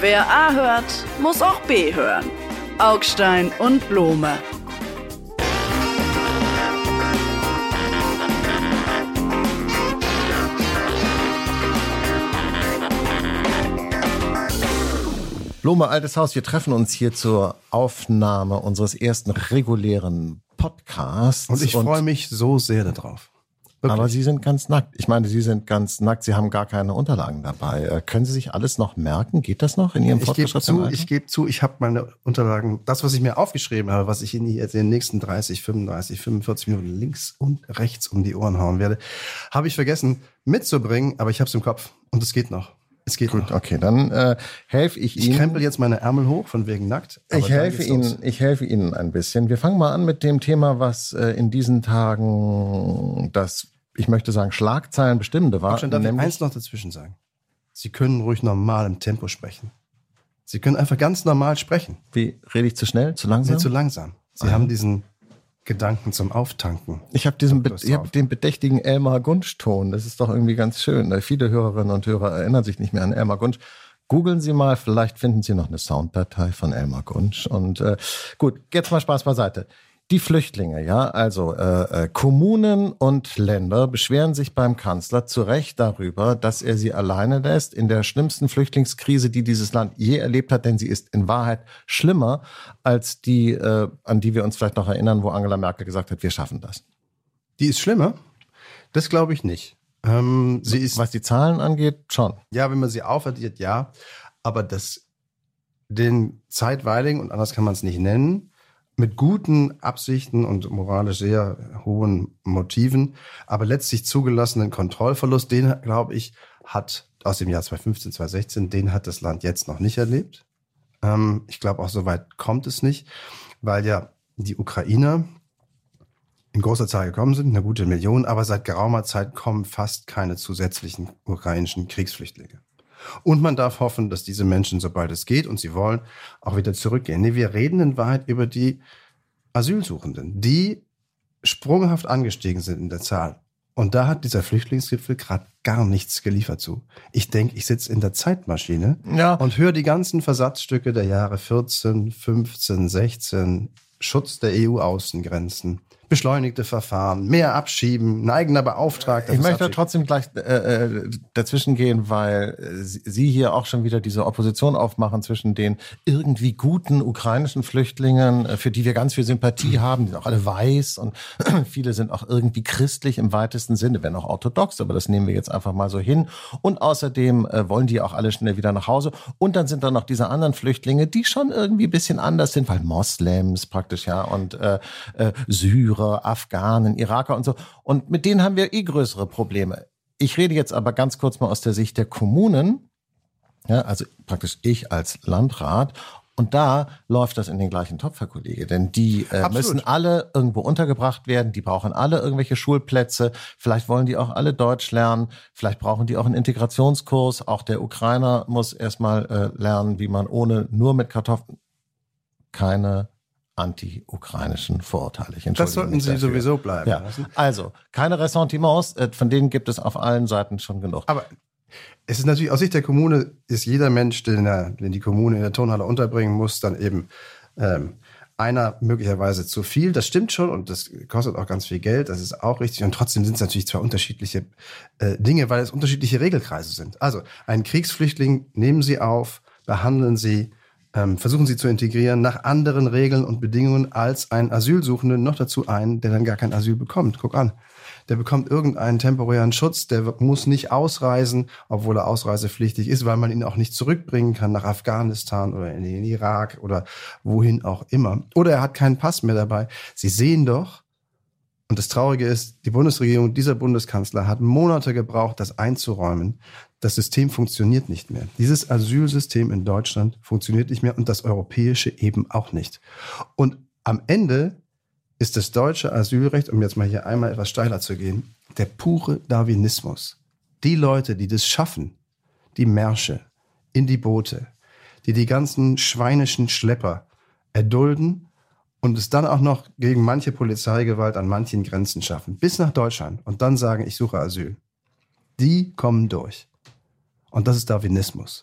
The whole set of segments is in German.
Wer A hört, muss auch B hören. Augstein und Blome. Blome, altes Haus, wir treffen uns hier zur Aufnahme unseres ersten regulären Podcasts. Und ich freue mich so sehr darauf. Wirklich. Aber Sie sind ganz nackt. Ich meine, Sie sind ganz nackt. Sie haben gar keine Unterlagen dabei. Können Sie sich alles noch merken? Geht das noch in Ihrem Fortgeschrittenen Alter? Ich gebe zu, ich habe meine Unterlagen, das, was ich mir aufgeschrieben habe, was ich Ihnen jetzt in den nächsten 30, 35, 45 Minuten links und rechts um die Ohren hauen werde, habe ich vergessen mitzubringen, aber ich habe es im Kopf und es geht noch. Es geht gut, noch. Okay, dann helfe ich Ihnen. Ich krempel jetzt meine Ärmel hoch, von wegen nackt. Ich helfe Ihnen ein bisschen. Wir fangen mal an mit dem Thema, was in diesen Tagen das, ich möchte sagen, Schlagzeilen bestimmende war. Darf ich eins noch dazwischen sagen? Sie können ruhig normal im Tempo sprechen. Sie können einfach ganz normal sprechen. Wie, rede ich zu schnell, zu langsam? Nee, zu langsam. Sie haben diesen Gedanken zum Auftanken. Ich habe den bedächtigen Elmar Gunsch-Ton. Das ist doch irgendwie ganz schön. Viele Hörerinnen und Hörer erinnern sich nicht mehr an Elmar Gunsch. Googeln Sie mal, vielleicht finden Sie noch eine Sounddatei von Elmar Gunsch. Und gut, jetzt mal Spaß beiseite. Die Flüchtlinge, ja, also Kommunen und Länder beschweren sich beim Kanzler zu Recht darüber, dass er sie alleine lässt in der schlimmsten Flüchtlingskrise, die dieses Land je erlebt hat, denn sie ist in Wahrheit schlimmer als die, an die wir uns vielleicht noch erinnern, wo Angela Merkel gesagt hat, wir schaffen das. Die ist schlimmer? Das glaube ich nicht. Sie ist, was die Zahlen angeht, schon. Ja, wenn man sie aufaddiert, ja. Aber den zeitweiligen, und anders kann man es nicht nennen, mit guten Absichten und moralisch sehr hohen Motiven, aber letztlich zugelassenen Kontrollverlust, den, glaube ich, hat aus dem Jahr 2015, 2016, den hat das Land jetzt noch nicht erlebt. Ich glaube, auch so weit kommt es nicht, weil ja die Ukrainer in großer Zahl gekommen sind, eine gute Million, aber seit geraumer Zeit kommen fast keine zusätzlichen ukrainischen Kriegsflüchtlinge. Und man darf hoffen, dass diese Menschen, sobald es geht und sie wollen, auch wieder zurückgehen. Nee, wir reden in Wahrheit über die Asylsuchenden, die sprunghaft angestiegen sind in der Zahl. Und da hat dieser Flüchtlingsgipfel gerade gar nichts geliefert zu. Ich denke, ich sitze in der Zeitmaschine und höre die ganzen Versatzstücke der Jahre 14, 15, 16, Schutz der EU-Außengrenzen, beschleunigte Verfahren, mehr abschieben, ein eigener Beauftragter. Ich möchte trotzdem gleich dazwischen gehen, weil Sie hier auch schon wieder diese Opposition aufmachen zwischen den irgendwie guten ukrainischen Flüchtlingen, für die wir ganz viel Sympathie haben, die sind auch alle weiß und viele sind auch irgendwie christlich im weitesten Sinne, wenn auch orthodox, aber das nehmen wir jetzt einfach mal so hin. Und außerdem wollen die auch alle schnell wieder nach Hause. Und dann sind da noch diese anderen Flüchtlinge, die schon irgendwie ein bisschen anders sind, weil Moslems praktisch, ja, und Syrer, Afghanen, Iraker und so. Und mit denen haben wir größere Probleme. Ich rede jetzt aber ganz kurz mal aus der Sicht der Kommunen, ja, also praktisch ich als Landrat. Und da läuft das in den gleichen Topf, Herr Kollege. Denn die müssen alle irgendwo untergebracht werden. Die brauchen alle irgendwelche Schulplätze. Vielleicht wollen die auch alle Deutsch lernen. Vielleicht brauchen die auch einen Integrationskurs. Auch der Ukrainer muss erstmal lernen, wie man nur mit Kartoffeln keine anti-ukrainischen Vorurteile. Das sollten Sie sowieso bleiben lassen. Also, keine Ressentiments, von denen gibt es auf allen Seiten schon genug. Aber es ist natürlich, aus Sicht der Kommune ist jeder Mensch, den die Kommune in der Turnhalle unterbringen muss, dann eben einer möglicherweise zu viel. Das stimmt schon und das kostet auch ganz viel Geld, das ist auch richtig. Und trotzdem sind es natürlich zwei unterschiedliche Dinge, weil es unterschiedliche Regelkreise sind. Also, einen Kriegsflüchtling nehmen Sie auf, behandeln Sie, versuchen sie zu integrieren nach anderen Regeln und Bedingungen als ein Asylsuchenden, noch dazu einen, der dann gar kein Asyl bekommt. Guck an, der bekommt irgendeinen temporären Schutz, der muss nicht ausreisen, obwohl er ausreisepflichtig ist, weil man ihn auch nicht zurückbringen kann nach Afghanistan oder in den Irak oder wohin auch immer. Oder er hat keinen Pass mehr dabei. Sie sehen doch, und das Traurige ist, die Bundesregierung, dieser Bundeskanzler hat Monate gebraucht, das einzuräumen. Das System funktioniert nicht mehr. Dieses Asylsystem in Deutschland funktioniert nicht mehr und das europäische eben auch nicht. Und am Ende ist das deutsche Asylrecht, um jetzt mal hier einmal etwas steiler zu gehen, der pure Darwinismus. Die Leute, die das schaffen, die Märsche in die Boote, die ganzen schweinischen Schlepper erdulden und es dann auch noch gegen manche Polizeigewalt an manchen Grenzen schaffen, bis nach Deutschland und dann sagen, ich suche Asyl. Die kommen durch. Und das ist Darwinismus.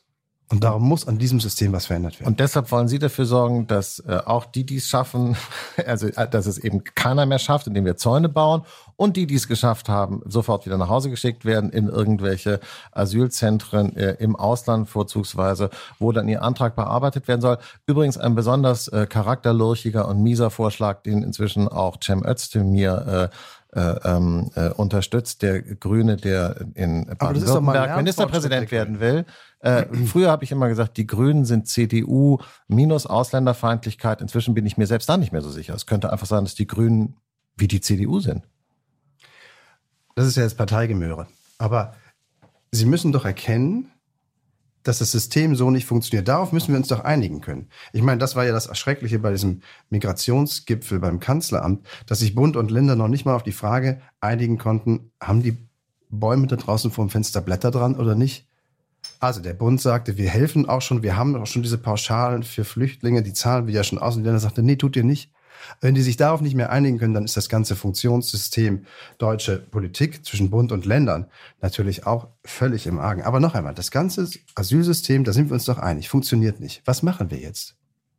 Und darum muss an diesem System was verändert werden. Und deshalb wollen Sie dafür sorgen, dass auch die es schaffen, also dass es eben keiner mehr schafft, indem wir Zäune bauen, und die es geschafft haben, sofort wieder nach Hause geschickt werden in irgendwelche Asylzentren im Ausland vorzugsweise, wo dann ihr Antrag bearbeitet werden soll. Übrigens ein besonders charakterlurchiger und mieser Vorschlag, den inzwischen auch Cem Özdemir unterstützt, der Grüne, der in Baden-Württemberg Ministerpräsident werden will. Früher habe ich immer gesagt, die Grünen sind CDU minus Ausländerfeindlichkeit. Inzwischen bin ich mir selbst da nicht mehr so sicher. Es könnte einfach sein, dass die Grünen wie die CDU sind. Das ist ja jetzt Parteigemöre. Aber Sie müssen doch erkennen, dass das System so nicht funktioniert. Darauf müssen wir uns doch einigen können. Ich meine, das war ja das Erschreckliche bei diesem Migrationsgipfel beim Kanzleramt, dass sich Bund und Länder noch nicht mal auf die Frage einigen konnten, haben die Bäume da draußen vor dem Fenster Blätter dran oder nicht? Also der Bund sagte, wir helfen auch schon, wir haben auch schon diese Pauschalen für Flüchtlinge, die zahlen wir ja schon aus. Und die Länder sagte, nee, tut ihr nicht. Wenn die sich darauf nicht mehr einigen können, dann ist das ganze Funktionssystem deutsche Politik zwischen Bund und Ländern natürlich auch völlig im Argen. Aber noch einmal, das ganze Asylsystem, da sind wir uns doch einig, funktioniert nicht. Was machen wir jetzt?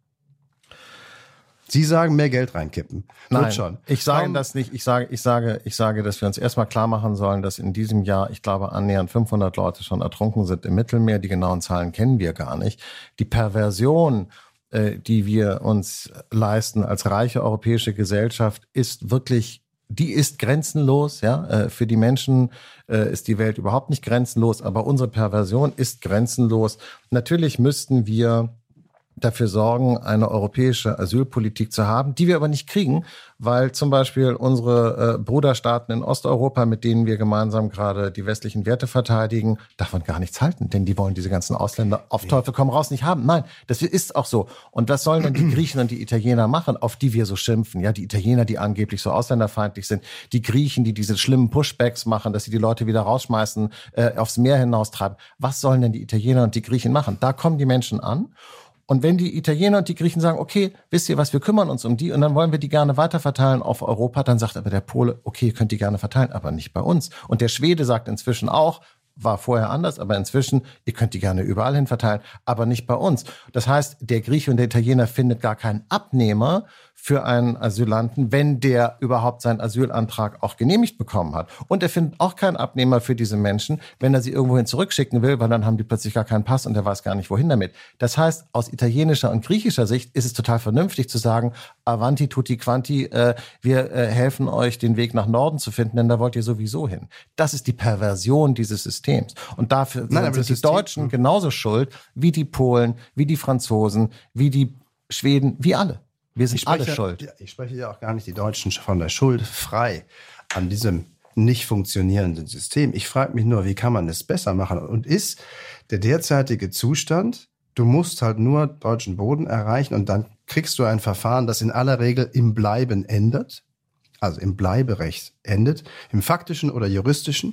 Sie sagen, mehr Geld reinkippen. Nein, schon. Ich sage das nicht. Ich sage, dass wir uns erstmal klar machen sollen, dass in diesem Jahr, ich glaube, annähernd 500 Leute schon ertrunken sind im Mittelmeer. Die genauen Zahlen kennen wir gar nicht. Die Perversion, die wir uns leisten als reiche europäische Gesellschaft, ist wirklich, die ist grenzenlos. Ja, für die Menschen ist die Welt überhaupt nicht grenzenlos, aber unsere Perversion ist grenzenlos. Natürlich müssten wir dafür sorgen, eine europäische Asylpolitik zu haben, die wir aber nicht kriegen, weil zum Beispiel unsere Bruderstaaten in Osteuropa, mit denen wir gemeinsam gerade die westlichen Werte verteidigen, davon gar nichts halten, denn die wollen diese ganzen Ausländer auf Teufel komm raus nicht haben. Nein, das ist auch so. Und was sollen denn die Griechen und die Italiener machen, auf die wir so schimpfen? Ja, die Italiener, die angeblich so ausländerfeindlich sind, die Griechen, die diese schlimmen Pushbacks machen, dass sie die Leute wieder rausschmeißen, aufs Meer hinaustreiben. Was sollen denn die Italiener und die Griechen machen? Da kommen die Menschen an. Und wenn die Italiener und die Griechen sagen, okay, wisst ihr was, wir kümmern uns um die und dann wollen wir die gerne weiterverteilen auf Europa, dann sagt aber der Pole, okay, ihr könnt die gerne verteilen, aber nicht bei uns. Und der Schwede sagt inzwischen auch, war vorher anders, aber inzwischen, ihr könnt die gerne überall hin verteilen, aber nicht bei uns. Das heißt, der Grieche und der Italiener findet gar keinen Abnehmer für einen Asylanten, wenn der überhaupt seinen Asylantrag auch genehmigt bekommen hat. Und er findet auch keinen Abnehmer für diese Menschen, wenn er sie irgendwohin zurückschicken will, weil dann haben die plötzlich gar keinen Pass und er weiß gar nicht, wohin damit. Das heißt, aus italienischer und griechischer Sicht ist es total vernünftig zu sagen, avanti tutti quanti, wir helfen euch, den Weg nach Norden zu finden, denn da wollt ihr sowieso hin. Das ist die Perversion dieses Systems. Und dafür sind die Deutschen genauso schuld wie die Polen, wie die Franzosen, wie die Schweden, wie alle. Wir sind alle schuld. Ich spreche ja auch gar nicht die Deutschen von der Schuld frei an diesem nicht funktionierenden System. Ich frage mich nur, wie kann man es besser machen? Und ist der derzeitige Zustand, du musst halt nur deutschen Boden erreichen und dann kriegst du ein Verfahren, das in aller Regel im Bleiben endet, also im Bleiberecht endet, im faktischen oder juristischen.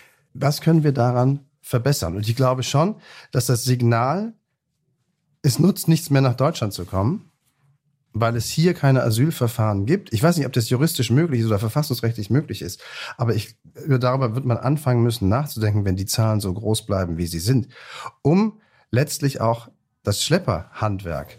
Was können wir daran verbessern? Und ich glaube schon, dass das Signal, es nutzt nichts mehr nach Deutschland zu kommen, weil es hier keine Asylverfahren gibt. Ich weiß nicht, ob das juristisch möglich ist oder verfassungsrechtlich möglich ist, aber darüber wird man anfangen müssen nachzudenken, wenn die Zahlen so groß bleiben, wie sie sind, um letztlich auch das Schlepperhandwerk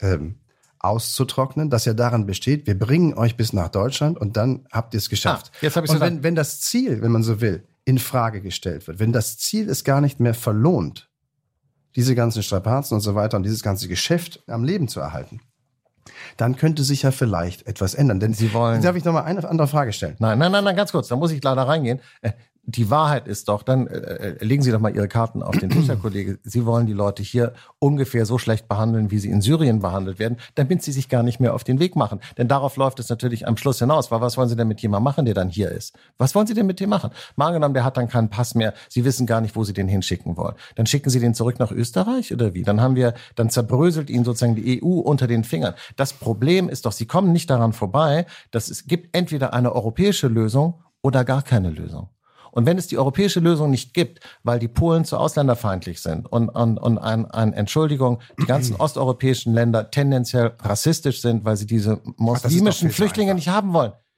auszutrocknen, das ja daran besteht, wir bringen euch bis nach Deutschland und dann habt ihr es geschafft. Jetzt hab ich's und wenn das Ziel, wenn man so will, in Frage gestellt wird, wenn das Ziel es gar nicht mehr verlohnt, diese ganzen Strapazen und so weiter und dieses ganze Geschäft am Leben zu erhalten, dann könnte sich ja vielleicht etwas ändern. Denn darf ich noch mal eine andere Frage stellen? Nein, ganz kurz, da muss ich leider reingehen. Die Wahrheit ist doch, dann legen Sie doch mal Ihre Karten auf den Tisch, Herr Kollege. Sie wollen die Leute hier ungefähr so schlecht behandeln, wie sie in Syrien behandelt werden, damit sie sich gar nicht mehr auf den Weg machen. Denn darauf läuft es natürlich am Schluss hinaus. Weil was wollen Sie denn mit jemandem machen, der dann hier ist? Was wollen Sie denn mit dem machen? Mal angenommen, der hat dann keinen Pass mehr. Sie wissen gar nicht, wo Sie den hinschicken wollen. Dann schicken Sie den zurück nach Österreich oder wie? Dann zerbröselt Ihnen sozusagen die EU unter den Fingern. Das Problem ist doch, Sie kommen nicht daran vorbei, dass es gibt entweder eine europäische Lösung oder gar keine Lösung. Und wenn es die europäische Lösung nicht gibt, weil die Polen zu ausländerfeindlich sind und Entschuldigung, die ganzen osteuropäischen Länder tendenziell rassistisch sind, weil sie diese muslimischen Flüchtlinge nicht haben wollen.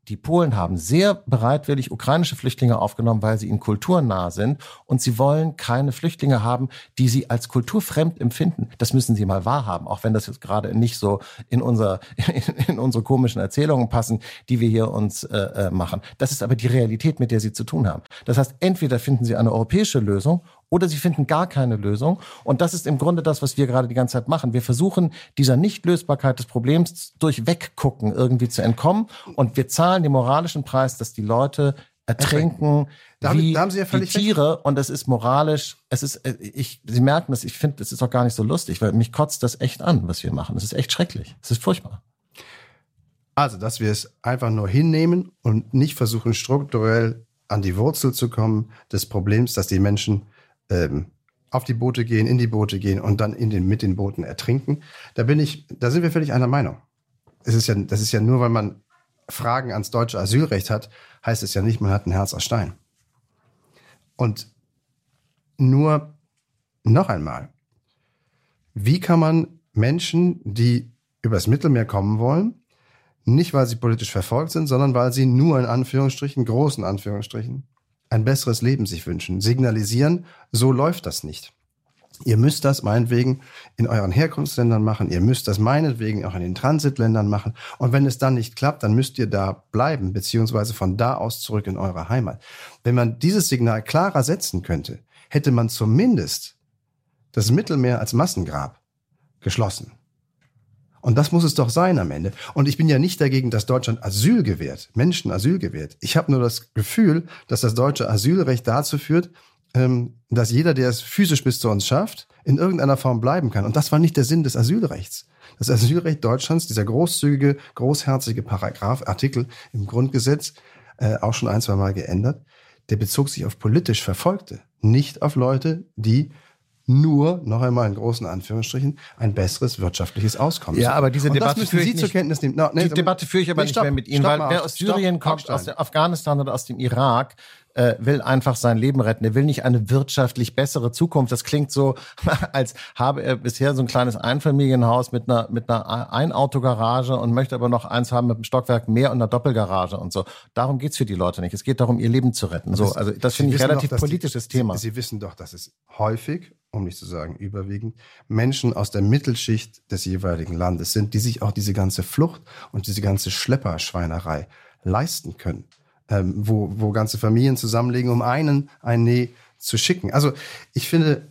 Die Polen haben sehr bereitwillig ukrainische Flüchtlinge aufgenommen, weil sie ihnen kulturnah sind. Und sie wollen keine Flüchtlinge haben, die sie als kulturfremd empfinden. Das müssen sie mal wahrhaben, auch wenn das jetzt gerade nicht so in unsere komischen Erzählungen passen, die wir hier uns machen. Das ist aber die Realität, mit der sie zu tun haben. Das heißt, entweder finden sie eine europäische Lösung oder sie finden gar keine Lösung. Und das ist im Grunde das, was wir gerade die ganze Zeit machen. Wir versuchen, dieser Nichtlösbarkeit des Problems durch Weggucken irgendwie zu entkommen. Und wir zahlen den moralischen Preis, dass die Leute ertrinken wie die Tiere. Und es ist moralisch, Sie merken das, ich finde, es ist auch gar nicht so lustig, weil mich kotzt das echt an, was wir machen. Es ist echt schrecklich. Es ist furchtbar. Also, dass wir es einfach nur hinnehmen und nicht versuchen, strukturell an die Wurzel zu kommen des Problems, dass die Menschen auf die Boote gehen, in die Boote gehen und dann mit den Booten ertrinken. Da sind wir völlig einer Meinung. Das ist ja nur, weil man Fragen ans deutsche Asylrecht hat, heißt es ja nicht, man hat ein Herz aus Stein. Und nur noch einmal, wie kann man Menschen, die übers Mittelmeer kommen wollen, nicht weil sie politisch verfolgt sind, sondern weil sie nur in Anführungsstrichen, großen Anführungsstrichen, ein besseres Leben sich wünschen, signalisieren, so läuft das nicht. Ihr müsst das meinetwegen in euren Herkunftsländern machen, ihr müsst das meinetwegen auch in den Transitländern machen. Und wenn es dann nicht klappt, dann müsst ihr da bleiben, beziehungsweise von da aus zurück in eure Heimat. Wenn man dieses Signal klarer setzen könnte, hätte man zumindest das Mittelmeer als Massengrab geschlossen. Und das muss es doch sein am Ende. Und ich bin ja nicht dagegen, dass Deutschland Asyl gewährt, Menschen Asyl gewährt. Ich habe nur das Gefühl, dass das deutsche Asylrecht dazu führt, dass jeder, der es physisch bis zu uns schafft, in irgendeiner Form bleiben kann. Und das war nicht der Sinn des Asylrechts. Das Asylrecht Deutschlands, dieser großzügige, großherzige Artikel im Grundgesetz, auch schon 1-2 Mal geändert, der bezog sich auf politisch Verfolgte, nicht auf Leute, die nur, noch einmal in großen Anführungsstrichen, ein besseres wirtschaftliches Auskommen. Ja, aber diese Debatte führe ich zur Kenntnis nehmen. Die Debatte führe ich aber nicht mehr mit Ihnen, weil wer aus Syrien kommt, aus Afghanistan oder aus dem Irak, will einfach sein Leben retten. Er will nicht eine wirtschaftlich bessere Zukunft. Das klingt so, als habe er bisher so ein kleines Einfamilienhaus mit einer Einautogarage und möchte aber noch eins haben mit einem Stockwerk mehr und einer Doppelgarage und so. Darum geht's für die Leute nicht. Es geht darum, ihr Leben zu retten. So, also das finde ich relativ politisches Thema. Sie wissen doch, dass es häufig, um nicht zu sagen überwiegend, Menschen aus der Mittelschicht des jeweiligen Landes sind, die sich auch diese ganze Flucht und diese ganze Schlepperschweinerei leisten können. Wo ganze Familien zusammenlegen, um ein zu schicken. Also ich finde,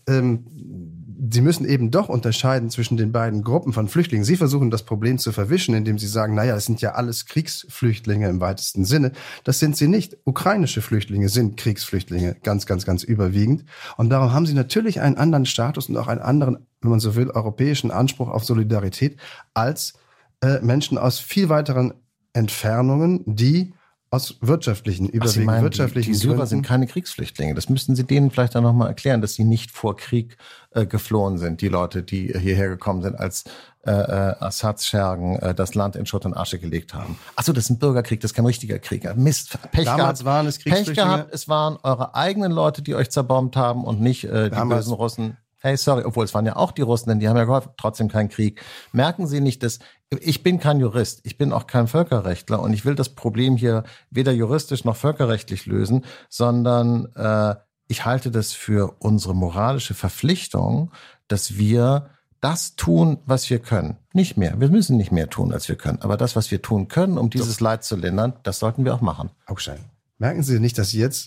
Sie müssen eben doch unterscheiden zwischen den beiden Gruppen von Flüchtlingen. Sie versuchen das Problem zu verwischen, indem Sie sagen, naja, das sind ja alles Kriegsflüchtlinge im weitesten Sinne. Das sind sie nicht. Ukrainische Flüchtlinge sind Kriegsflüchtlinge, ganz, ganz, ganz überwiegend. Und darum haben sie natürlich einen anderen Status und auch einen anderen, wenn man so will, europäischen Anspruch auf Solidarität als Menschen aus viel weiteren Entfernungen, die aus wirtschaftlichen, überwiegend wirtschaftlichen die Syrer sind keine Kriegsflüchtlinge. Das müssten Sie denen vielleicht dann nochmal erklären, dass sie nicht vor Krieg geflohen sind. Die Leute, die hierher gekommen sind, als Assads Schergen das Land in Schutt und Asche gelegt haben. Achso, das ist ein Bürgerkrieg, das ist kein richtiger Krieg. Mist, Pech Damals gehabt. Waren es Kriegsflüchtlinge. Pech gehabt, es waren eure eigenen Leute, die euch zerbombt haben und nicht die bösen Russen. Hey, sorry, obwohl es waren ja auch die Russen, denn die haben ja geholfen, trotzdem kein Krieg. Merken Sie nicht, dass ich bin kein Jurist, ich bin auch kein Völkerrechtler und ich will das Problem hier weder juristisch noch völkerrechtlich lösen, sondern ich halte das für unsere moralische Verpflichtung, dass wir das tun, was wir können. Nicht mehr. Wir müssen nicht mehr tun, als wir können. Aber das, was wir tun können, um dieses Leid zu lindern, das sollten wir auch machen. Augstein, merken Sie nicht, dass Sie jetzt,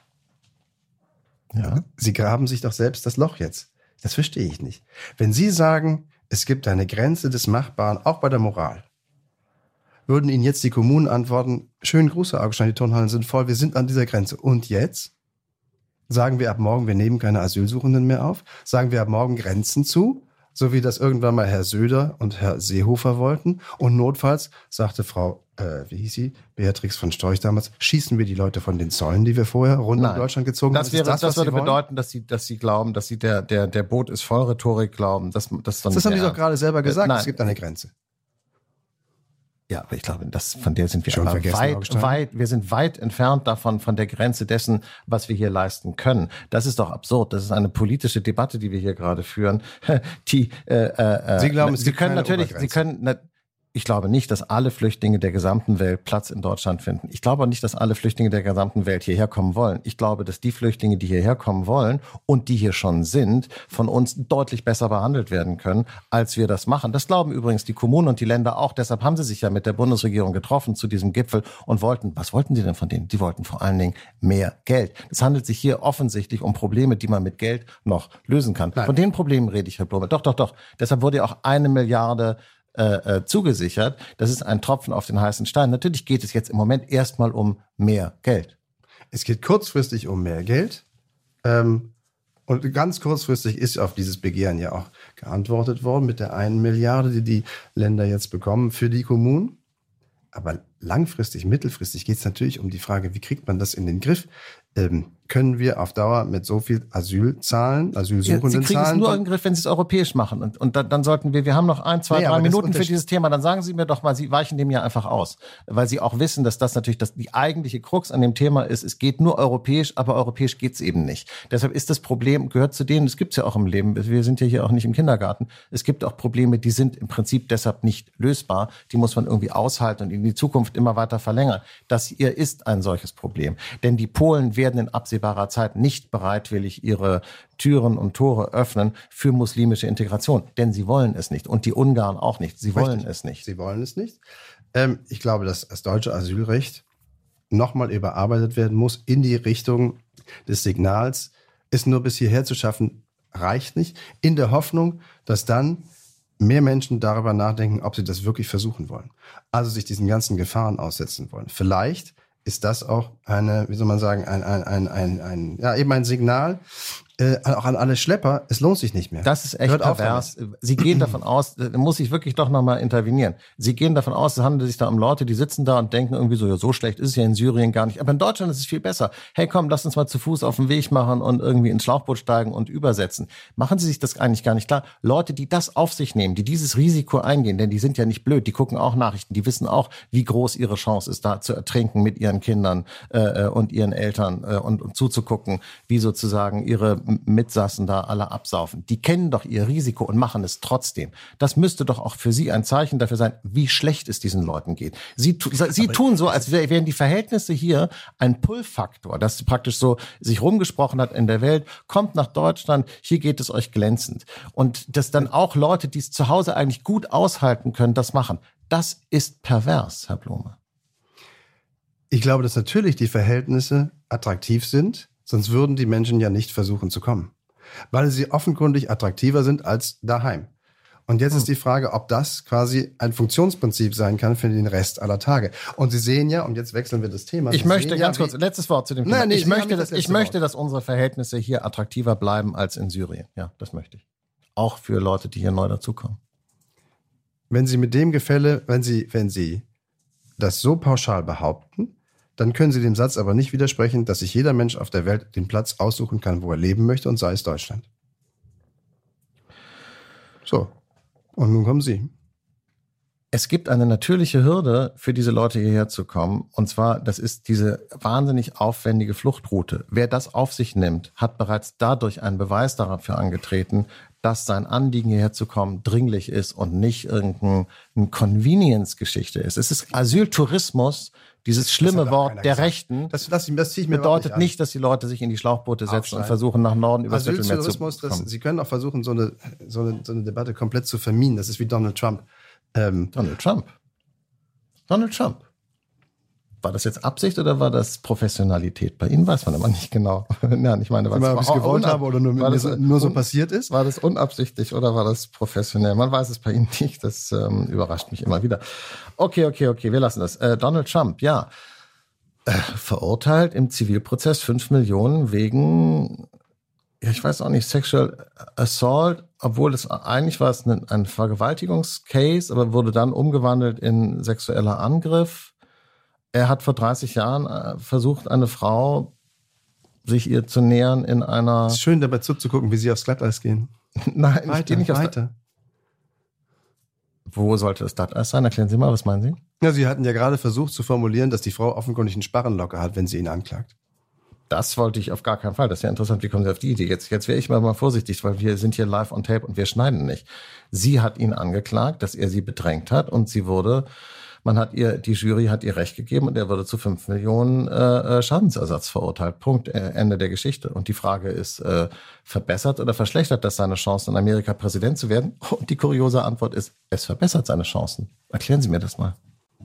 Sie graben sich doch selbst das Loch jetzt. Das verstehe ich nicht. Wenn Sie sagen, es gibt eine Grenze des Machbaren, auch bei der Moral, würden Ihnen jetzt die Kommunen antworten, schönen Gruß, Herr Augstein, die Turnhallen sind voll, wir sind an dieser Grenze. Und jetzt? Sagen wir ab morgen, wir nehmen keine Asylsuchenden mehr auf? Sagen wir ab morgen Grenzen zu? So wie das irgendwann mal Herr Söder und Herr Seehofer wollten. Und notfalls, sagte Frau, wie hieß sie? Beatrix von Storch damals, schießen wir die Leute von den Zäunen, die wir vorher rund um Deutschland gezogen haben. Das würde bedeuten, dass sie glauben, dass sie der Boot ist voll Rhetorik glauben. Das haben Sie doch gerade selber gesagt, es gibt eine Grenze. Ja, aber ich glaube, von der sind wir schon wir sind weit entfernt davon, von der Grenze dessen, was wir hier leisten können. Das ist doch absurd. Das ist eine politische Debatte, die wir hier gerade führen. Sie glauben, es gibt keine Obergrenze. Ich glaube nicht, dass alle Flüchtlinge der gesamten Welt Platz in Deutschland finden. Ich glaube auch nicht, dass alle Flüchtlinge der gesamten Welt hierher kommen wollen. Ich glaube, dass die Flüchtlinge, die hierher kommen wollen und die hier schon sind, von uns deutlich besser behandelt werden können, als wir das machen. Das glauben übrigens die Kommunen und die Länder auch. Deshalb haben sie sich ja mit der Bundesregierung getroffen zu diesem Gipfel und was wollten sie denn von denen? Die wollten vor allen Dingen mehr Geld. Es handelt sich hier offensichtlich um Probleme, die man mit Geld noch lösen kann. Nein. Von den Problemen rede ich, Herr Blome. Doch. Deshalb wurde ja auch 1 Milliarde zugesichert. Das ist ein Tropfen auf den heißen Stein. Natürlich geht es jetzt im Moment erstmal um mehr Geld. Es geht kurzfristig um mehr Geld. Und ganz kurzfristig ist auf dieses Begehren ja auch geantwortet worden mit der 1 Milliarde, die die Länder jetzt bekommen für die Kommunen. Aber langfristig, mittelfristig geht es natürlich um die Frage, wie kriegt man das in den Griff? Können wir auf Dauer mit so viel Asylsuchenden Zahlen? Sie kriegen es nur in den Griff, wenn Sie es europäisch machen. Und dann sollten wir haben noch 1, 2, 3 Minuten für dieses Thema. Dann sagen Sie mir doch mal, Sie weichen dem ja einfach aus. Weil Sie auch wissen, dass das natürlich die eigentliche Krux an dem Thema ist. Es geht nur europäisch, aber europäisch geht es eben nicht. Deshalb ist das Problem, gehört zu denen, das gibt es ja auch im Leben. Wir sind ja hier auch nicht im Kindergarten. Es gibt auch Probleme, die sind im Prinzip deshalb nicht lösbar. Die muss man irgendwie aushalten und in die Zukunft immer weiter verlängern. Das hier ist ein solches Problem. Denn die Polen werden in absehbarer Zeit nicht bereitwillig ihre Türen und Tore öffnen für muslimische Integration. Denn sie wollen es nicht. Und die Ungarn auch nicht. Sie wollen es nicht. Sie wollen es nicht. Ich glaube, dass das deutsche Asylrecht nochmal überarbeitet werden muss in die Richtung des Signals. Es nur bis hierher zu schaffen, reicht nicht. In der Hoffnung, dass dann mehr Menschen darüber nachdenken, ob sie das wirklich versuchen wollen. Also sich diesen ganzen Gefahren aussetzen wollen. Vielleicht ist das auch ein Signal, auch an alle Schlepper, es lohnt sich nicht mehr. Das ist echt pervers. Sie gehen davon aus, da muss ich wirklich doch nochmal intervenieren. Sie gehen davon aus, es handelt sich da um Leute, die sitzen da und denken irgendwie so, ja, so schlecht ist es ja in Syrien gar nicht. Aber in Deutschland ist es viel besser. Hey, komm, lass uns mal zu Fuß auf den Weg machen und irgendwie ins Schlauchboot steigen und übersetzen. Machen Sie sich das eigentlich gar nicht klar? Leute, die das auf sich nehmen, die dieses Risiko eingehen, denn die sind ja nicht blöd, die gucken auch Nachrichten, die wissen auch, wie groß ihre Chance ist, da zu ertrinken mit ihren Kindern und ihren Eltern und zuzugucken, wie sozusagen ihre Mitsassen da alle absaufen. Die kennen doch ihr Risiko und machen es trotzdem. Das müsste doch auch für Sie ein Zeichen dafür sein, wie schlecht es diesen Leuten geht. Sie tun so, als wären die Verhältnisse hier ein Pull-Faktor, das praktisch so sich rumgesprochen hat in der Welt, kommt nach Deutschland, hier geht es euch glänzend. Und dass dann auch Leute, die es zu Hause eigentlich gut aushalten können, das machen. Das ist pervers, Herr Blome. Ich glaube, dass natürlich die Verhältnisse attraktiv sind, sonst würden die Menschen ja nicht versuchen zu kommen. Weil sie offenkundig attraktiver sind als daheim. Und jetzt ist die Frage, ob das quasi ein Funktionsprinzip sein kann für den Rest aller Tage. Und Sie sehen ja, und jetzt wechseln wir das Thema. Ich möchte ganz kurz, letztes Wort zu dem Thema. Ich möchte, dass unsere Verhältnisse hier attraktiver bleiben als in Syrien. Ja, das möchte ich. Auch für Leute, die hier neu dazukommen. Wenn Sie mit dem Gefälle, wenn Sie das so pauschal behaupten, dann können Sie dem Satz aber nicht widersprechen, dass sich jeder Mensch auf der Welt den Platz aussuchen kann, wo er leben möchte, und sei es Deutschland. So, und nun kommen Sie. Es gibt eine natürliche Hürde für diese Leute hierher zu kommen, und zwar, das ist diese wahnsinnig aufwendige Fluchtroute. Wer das auf sich nimmt, hat bereits dadurch einen Beweis dafür angetreten, dass sein Anliegen hierher zu kommen dringlich ist und nicht irgendeine Convenience-Geschichte ist. Es ist Asyltourismus. Dieses schlimme Wort der Rechten das ziehe ich mir bedeutet nicht, dass die Leute sich in die Schlauchboote setzen und versuchen, nach Norden über das Mittelmeer zu kommen. Sie können auch versuchen, so eine Debatte komplett zu vermieden. Das ist wie Donald Trump. Donald Trump. War das jetzt Absicht oder war das Professionalität? Bei Ihnen weiß man immer nicht genau. Ja, ich meine, ob ich es gewollt habe oder nur so passiert ist. War das unabsichtlich oder war das professionell? Man weiß es bei Ihnen nicht. Das überrascht mich immer wieder. Okay, wir lassen das. Donald Trump, ja. Verurteilt im Zivilprozess 5 Millionen wegen, ich weiß auch nicht, Sexual Assault, obwohl es eigentlich war es ein Vergewaltigungscase, aber wurde dann umgewandelt in sexueller Angriff. Er hat vor 30 Jahren versucht, eine Frau sich ihr zu nähern in einer... Es ist schön, dabei zuzugucken, wie sie aufs Glatteis gehen. Nein, ich gehe nicht aufs Glatteis. Wo sollte das Glatteis sein? Erklären Sie mal, was meinen Sie? Ja, Sie hatten ja gerade versucht zu formulieren, dass die Frau offenkundig einen Sparrenlocker hat, wenn sie ihn anklagt. das wollte ich auf gar keinen Fall. Das ist ja interessant, wie kommen Sie auf die Idee? Jetzt wäre ich mal vorsichtig, weil wir sind hier live on tape und wir schneiden nicht. Sie hat ihn angeklagt, dass er sie bedrängt hat und die Jury hat ihr Recht gegeben und er wurde zu 5 Millionen Schadensersatz verurteilt. Punkt, Ende der Geschichte. Und die Frage ist, verbessert oder verschlechtert das seine Chancen, in Amerika Präsident zu werden? Und die kuriose Antwort ist, es verbessert seine Chancen. Erklären Sie mir das mal.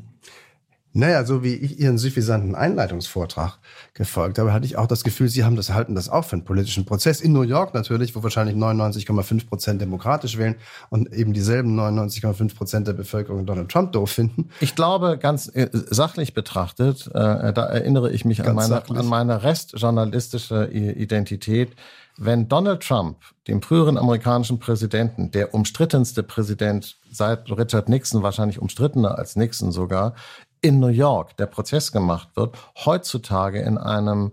Naja, so wie ich Ihren suffisanten Einleitungsvortrag gefolgt habe, hatte ich auch das Gefühl, Sie halten das auch für einen politischen Prozess. In New York natürlich, wo wahrscheinlich 99,5% demokratisch wählen und eben dieselben 99,5% der Bevölkerung Donald Trump doof finden. Ich glaube, ganz sachlich betrachtet, da erinnere ich mich an meine restjournalistische Identität. Wenn Donald Trump, dem früheren amerikanischen Präsidenten, der umstrittenste Präsident seit Richard Nixon, wahrscheinlich umstrittener als Nixon sogar, in New York der Prozess gemacht wird, heutzutage in einem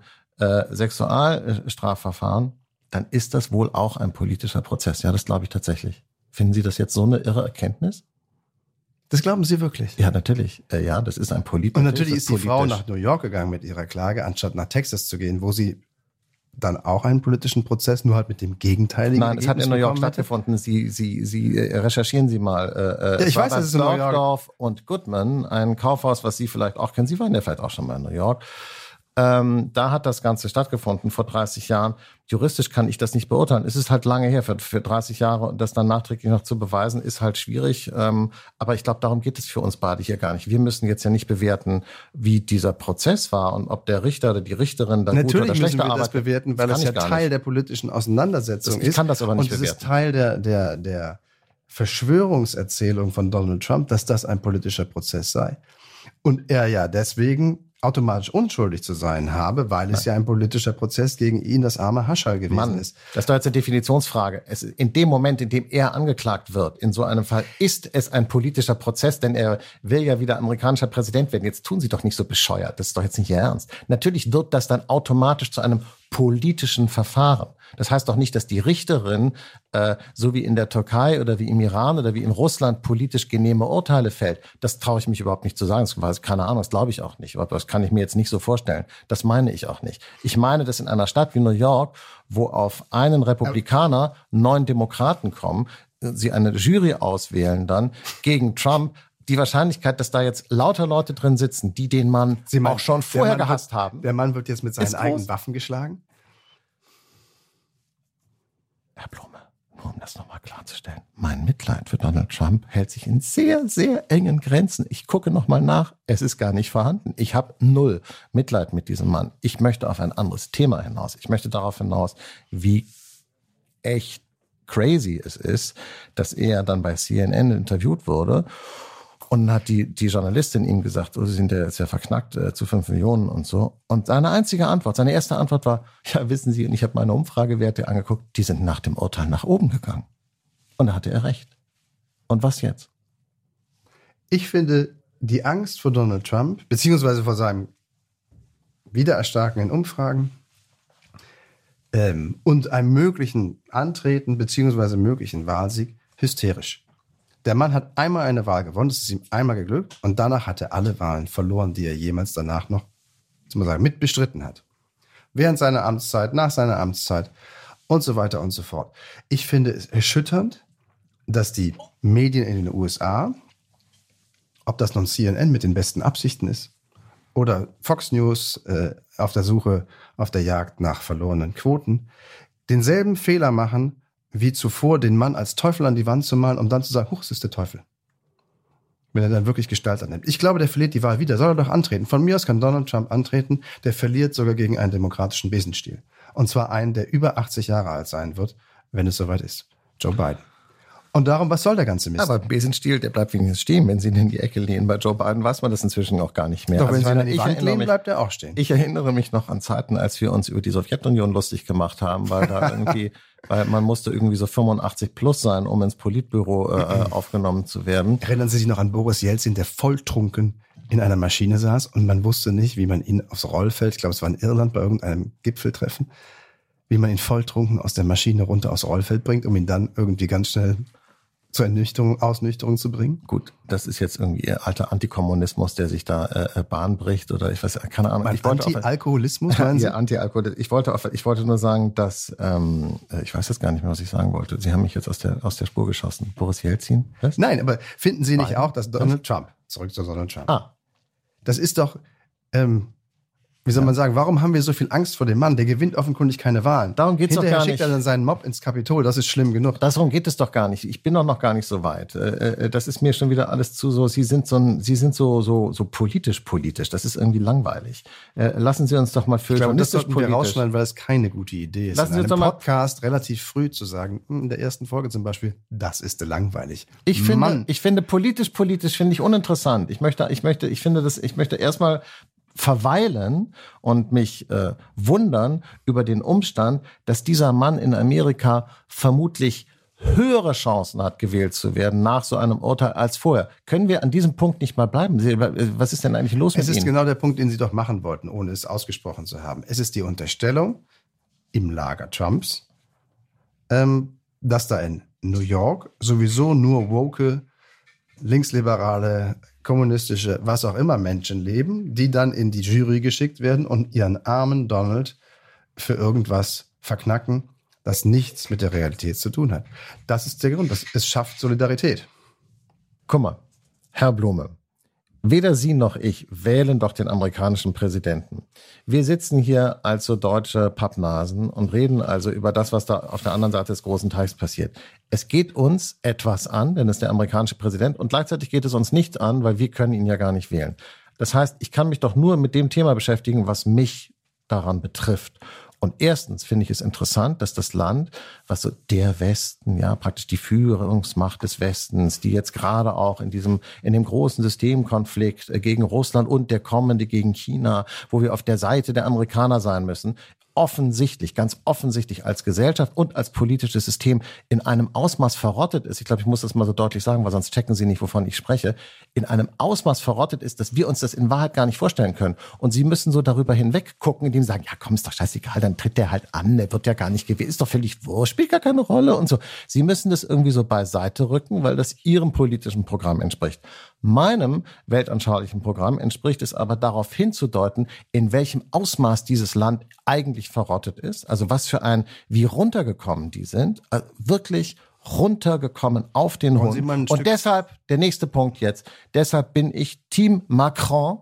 Sexualstrafverfahren, dann ist das wohl auch ein politischer Prozess. Ja, das glaube ich tatsächlich. Finden Sie das jetzt so eine irre Erkenntnis? Das glauben Sie wirklich? Ja, natürlich. Ja, das ist ein politischer Und natürlich ist die Frau nach New York gegangen mit ihrer Klage, anstatt nach Texas zu gehen, wo sie dann auch einen politischen Prozess, nur halt mit dem gegenteiligen Nein, es hat in New York stattgefunden. Sie recherchieren Sie mal. Ja, ich weiß, dass es in New York. Bergdorf und Goodman, ein Kaufhaus, was Sie vielleicht auch kennen. Sie waren ja vielleicht auch schon mal in New York. Da hat das Ganze stattgefunden vor 30 Jahren. Juristisch kann ich das nicht beurteilen. Es ist halt lange her, für 30 Jahre und das dann nachträglich noch zu beweisen, ist halt schwierig. Aber ich glaube, darum geht es für uns beide hier gar nicht. Wir müssen jetzt ja nicht bewerten, wie dieser Prozess war und ob der Richter oder die Richterin da gut oder schlecht arbeitet. Natürlich müssen wir das bewerten, weil es ja Teil der politischen Auseinandersetzung ist. Ich kann das aber nicht bewerten. Und es ist Teil der Verschwörungserzählung von Donald Trump, dass das ein politischer Prozess sei. Und er ja deswegen automatisch unschuldig zu sein habe, weil es ja ein politischer Prozess gegen ihn, das arme Haschall gewesen ist. Das ist doch jetzt eine Definitionsfrage. In dem Moment, in dem er angeklagt wird, in so einem Fall, ist es ein politischer Prozess, denn er will ja wieder amerikanischer Präsident werden. Jetzt tun Sie doch nicht so bescheuert. Das ist doch jetzt nicht Ihr Ernst. Natürlich wird das dann automatisch zu einem politischen Verfahren. Das heißt doch nicht, dass die Richterin, so wie in der Türkei oder wie im Iran oder wie in Russland, politisch genehme Urteile fällt. Das traue ich mich überhaupt nicht zu sagen. Das weiß keine Ahnung, das glaube ich auch nicht. Aber das kann ich mir jetzt nicht so vorstellen. Das meine ich auch nicht. Ich meine, dass in einer Stadt wie New York, wo auf einen Republikaner 9 Demokraten kommen, sie eine Jury auswählen dann gegen Trump, die Wahrscheinlichkeit, dass da jetzt lauter Leute drin sitzen, die den Mann auch schon vorher gehasst haben. Der Mann wird jetzt mit seinen eigenen Waffen geschlagen? Herr Blume, nur um das nochmal klarzustellen, mein Mitleid für Donald Trump hält sich in sehr, sehr engen Grenzen. Ich gucke nochmal nach, es ist gar nicht vorhanden. Ich habe 0 Mitleid mit diesem Mann. Ich möchte auf ein anderes Thema hinaus. Ich möchte darauf hinaus, wie echt crazy es ist, dass er dann bei CNN interviewt wurde. Und dann hat die Journalistin ihm gesagt, Sie sind ja jetzt ja verknackt zu 5 Millionen und so. Und seine erste Antwort war, ja, wissen Sie, und ich habe meine Umfragewerte angeguckt, die sind nach dem Urteil nach oben gegangen. Und da hatte er recht. Und was jetzt? Ich finde, die Angst vor Donald Trump, beziehungsweise vor seinem Wiedererstarken in Umfragen und einem möglichen Antreten, beziehungsweise möglichen Wahlsieg, hysterisch. Der Mann hat einmal eine Wahl gewonnen, das ist ihm einmal geglückt und danach hat er alle Wahlen verloren, die er jemals danach noch, muss man sagen, mitbestritten hat. Während seiner Amtszeit, nach seiner Amtszeit und so weiter und so fort. Ich finde es erschütternd, dass die Medien in den USA, ob das nun CNN mit den besten Absichten ist oder Fox News auf der Suche, auf der Jagd nach verlorenen Quoten, denselben Fehler machen, wie zuvor, den Mann als Teufel an die Wand zu malen, um dann zu sagen, huch, es ist der Teufel. Wenn er dann wirklich Gestalt annimmt. Ich glaube, der verliert die Wahl wieder. Soll er doch antreten. Von mir aus kann Donald Trump antreten. Der verliert sogar gegen einen demokratischen Besenstiel. Und zwar einen, der über 80 Jahre alt sein wird, wenn es soweit ist. Joe Biden. Und darum, was soll der ganze Mist? Aber Besenstiel, der bleibt wenigstens stehen. Wenn Sie ihn in die Ecke lehnen bei Joe Biden, weiß man das inzwischen auch gar nicht mehr. Doch, wenn Sie ihn in die Wand lehnen, bleibt er auch stehen. Ich erinnere mich noch an Zeiten, als wir uns über die Sowjetunion lustig gemacht haben, weil da irgendwie, weil man musste irgendwie so 85 plus sein, um ins Politbüro aufgenommen zu werden. Erinnern Sie sich noch an Boris Jelzin, der volltrunken in einer Maschine saß und man wusste nicht, wie man ihn aufs Rollfeld, ich glaube, es war in Irland bei irgendeinem Gipfeltreffen, wie man ihn volltrunken aus der Maschine runter aufs Rollfeld bringt, um ihn dann irgendwie ganz schnell zur Ausnüchterung zu bringen? Gut, das ist jetzt irgendwie alter Antikommunismus, der sich da Bahn bricht oder ich weiß, keine Ahnung. Anti-Alkoholismus, meinen Sie? Ja, Anti-Alkoholismus. Ich wollte nur sagen, dass, ich weiß jetzt gar nicht mehr, was ich sagen wollte. Sie haben mich jetzt aus der Spur geschossen. Boris Jelzin? Was? Nein, aber finden Sie nicht auch, dass Donald Trump, zurück zu Donald Trump, das ist doch, wie soll man sagen, warum haben wir so viel Angst vor dem Mann? Der gewinnt offenkundig keine Wahlen. Darum geht's doch gar nicht. Hinterher schickt er dann seinen Mob ins Kapitol, das ist schlimm genug. Darum geht es doch gar nicht. Ich bin doch noch gar nicht so weit. Das ist mir schon wieder alles zu so, Sie sind so politisch. Das ist irgendwie langweilig. Lassen Sie uns doch mal für journalistisch politisch. Das sollten wir rausschneiden, weil es keine gute Idee ist. Lassen Sie uns doch mal Podcast relativ früh zu sagen, in der ersten Folge zum Beispiel, das ist langweilig. Ich finde politisch finde ich uninteressant. Ich möchte erstmal verweilen und mich wundern über den Umstand, dass dieser Mann in Amerika vermutlich höhere Chancen hat, gewählt zu werden nach so einem Urteil als vorher. Können wir an diesem Punkt nicht mal bleiben? Was ist denn eigentlich los mit Ihnen? Es ist genau der Punkt, den Sie doch machen wollten, ohne es ausgesprochen zu haben. Es ist die Unterstellung im Lager Trumps, dass da in New York sowieso nur woke, linksliberale, kommunistische, was auch immer Menschen leben, die dann in die Jury geschickt werden und ihren armen Donald für irgendwas verknacken, das nichts mit der Realität zu tun hat. Das ist der Grund. Es schafft Solidarität. Guck mal, Herr Blume, weder Sie noch ich wählen doch den amerikanischen Präsidenten. Wir sitzen hier als so deutsche Pappnasen und reden also über das, was da auf der anderen Seite des großen Teichs passiert. Es geht uns etwas an, denn es ist der amerikanische Präsident, und gleichzeitig geht es uns nichts an, weil wir können ihn ja gar nicht wählen. Das heißt, ich kann mich doch nur mit dem Thema beschäftigen, was mich daran betrifft. Und erstens finde ich es interessant, dass das Land, was so der Westen, ja, praktisch die Führungsmacht des Westens, die jetzt gerade auch in dem großen Systemkonflikt gegen Russland und der kommende gegen China, wo wir auf der Seite der Amerikaner sein müssen, ganz offensichtlich als Gesellschaft und als politisches System in einem Ausmaß verrottet ist. Ich glaube, ich muss das mal so deutlich sagen, weil sonst checken Sie nicht, wovon ich spreche. In einem Ausmaß verrottet ist, dass wir uns das in Wahrheit gar nicht vorstellen können. Und Sie müssen so darüber hinweg gucken, indem Sie sagen, ja komm, ist doch scheißegal, dann tritt der halt an, der wird ja gar nicht gewählt, ist doch völlig wurscht, spielt gar keine Rolle und so. Sie müssen das irgendwie so beiseite rücken, weil das Ihrem politischen Programm entspricht. Meinem weltanschaulichen Programm entspricht es aber darauf hinzudeuten, in welchem Ausmaß dieses Land eigentlich verrottet ist, also wie runtergekommen die sind, also wirklich runtergekommen auf den Hund. Und deshalb, der nächste Punkt jetzt, deshalb bin ich Team Macron,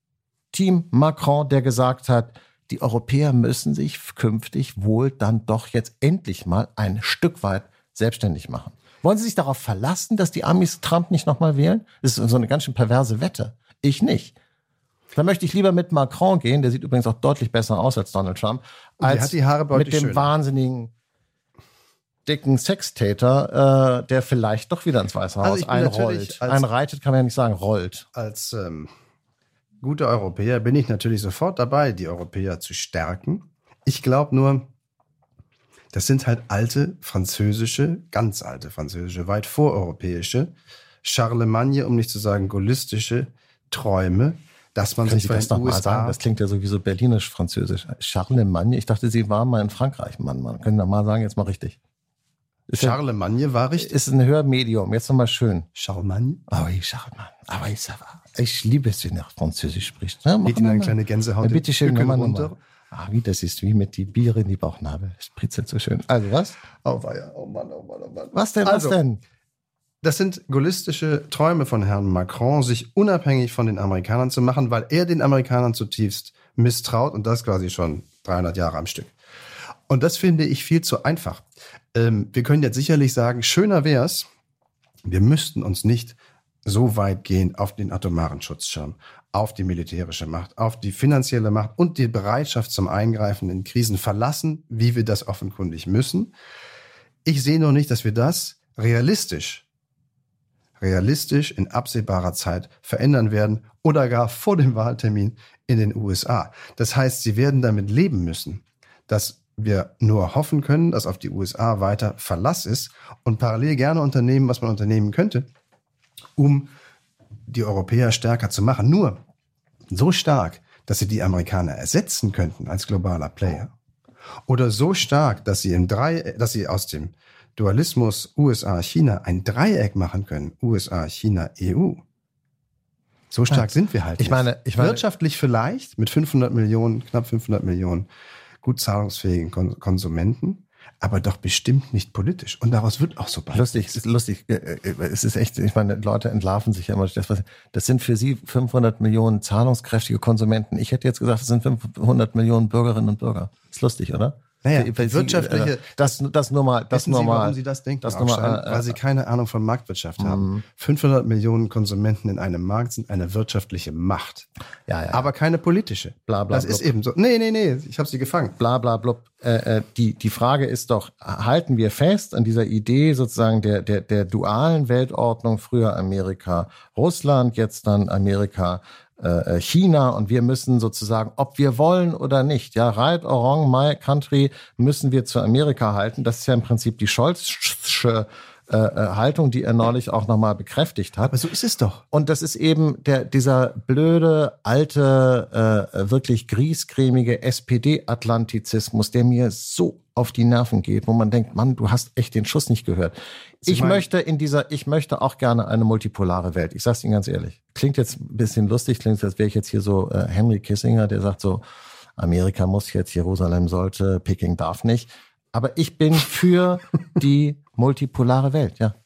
der gesagt hat, die Europäer müssen sich künftig wohl dann doch jetzt endlich mal ein Stück weit selbstständig machen. Wollen Sie sich darauf verlassen, dass die Amis Trump nicht nochmal wählen? Das ist so eine ganz schön perverse Wette. Ich nicht. Da möchte ich lieber mit Macron gehen, der sieht übrigens auch deutlich besser aus als Donald Trump, als mit dem wahnsinnigen, dicken Sextäter, der vielleicht doch wieder ins Weiße Haus einrollt. Einreitet kann man ja nicht sagen, rollt. Als guter Europäer bin ich natürlich sofort dabei, die Europäer zu stärken. Ich glaube nur, das sind halt ganz alte französische, weit voreuropäische, Charlemagne, um nicht zu sagen gaullistische Träume, dass man sich von den USA... Sagen? Das klingt ja sowieso berlinisch-französisch. Charlemagne, ich dachte, Sie waren mal in Frankreich, Mann. Können Sie mal sagen, jetzt mal richtig. Charlemagne war richtig. Ist ein Hörmedium, jetzt nochmal schön. Charlemagne? Oh, Charlemagne. Aber ich liebe es, wenn er Französisch spricht. Ne? Geht Ihnen eine kleine Gänsehaut bitte schön, runter. Wie das ist, wie mit die Biere in die Bauchnabel. Das spritzelt so schön. Also was? Oh Mann. Was denn? Das sind gaullistische Träume von Herrn Macron, sich unabhängig von den Amerikanern zu machen, weil er den Amerikanern zutiefst misstraut und das quasi schon 300 Jahre am Stück. Und das finde ich viel zu einfach. Wir können jetzt sicherlich sagen, schöner wär's, wir müssten uns nicht so weitgehend auf den atomaren Schutzschirm, auf die militärische Macht, auf die finanzielle Macht und die Bereitschaft zum Eingreifen in Krisen verlassen, wie wir das offenkundig müssen. Ich sehe noch nicht, dass wir das realistisch in absehbarer Zeit verändern werden oder gar vor dem Wahltermin in den USA. Das heißt, sie werden damit leben müssen, dass wir nur hoffen können, dass auf die USA weiter Verlass ist und parallel gerne unternehmen, was man unternehmen könnte, um die Europäer stärker zu machen. Nur so stark, dass sie die Amerikaner ersetzen könnten als globaler Player. Oder so stark, dass sie aus dem Dualismus USA-China ein Dreieck machen können, USA-China-EU. So stark sind wir halt Ich meine, wirtschaftlich vielleicht mit 500 Millionen, knapp 500 Millionen gut zahlungsfähigen Konsumenten, aber doch bestimmt nicht politisch. Und daraus wird auch so bald. Lustig. Es ist echt, ich meine, Leute entlarven sich ja immer. Das sind für sie 500 Millionen zahlungskräftige Konsumenten. Ich hätte jetzt gesagt, das sind 500 Millionen Bürgerinnen und Bürger. Ist lustig, oder? Naja, wirtschaftliche, das nur mal. Wissen Sie, warum Sie das denken? Weil Sie keine Ahnung von Marktwirtschaft haben. 500 Millionen Konsumenten in einem Markt sind eine wirtschaftliche Macht. Ja. Aber keine politische. Bla, bla, das blub. ist eben so. Nee, ich habe Sie gefangen. Bla bla blub. Die Frage ist doch, halten wir fest an dieser Idee sozusagen der dualen Weltordnung, früher Amerika, Russland, jetzt dann Amerika, China, und wir müssen sozusagen, ob wir wollen oder nicht, ja, right or wrong, my country, müssen wir zu Amerika halten. Das ist ja im Prinzip die Scholzsche Haltung, die er neulich auch nochmal bekräftigt hat. Aber so ist es doch. Und das ist eben dieser blöde, alte, wirklich griesgrämige SPD-Atlantizismus, der mir so auf die Nerven geht, wo man denkt, Mann, du hast echt den Schuss nicht gehört. Ich möchte auch gerne eine multipolare Welt. Ich sag's Ihnen ganz ehrlich. Klingt jetzt ein bisschen lustig, klingt, als wäre ich jetzt hier so Henry Kissinger, der sagt so, Amerika muss jetzt, Jerusalem sollte, Peking darf nicht. Aber ich bin für die multipolare Welt, ja.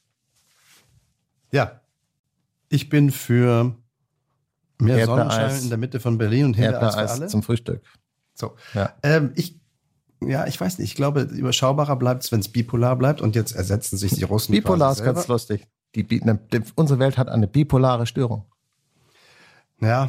Ja. Ich bin für mehr Erdbeereis, Sonnenschein in der Mitte von Berlin und Erdbeereis für alle. Zum Frühstück. So. Ja. Ich weiß nicht. Ich glaube, überschaubarer bleibt es, wenn es bipolar bleibt. Und jetzt ersetzen sich die Russen. Bipolar ist ganz lustig. Unsere Welt hat eine bipolare Störung. Ja.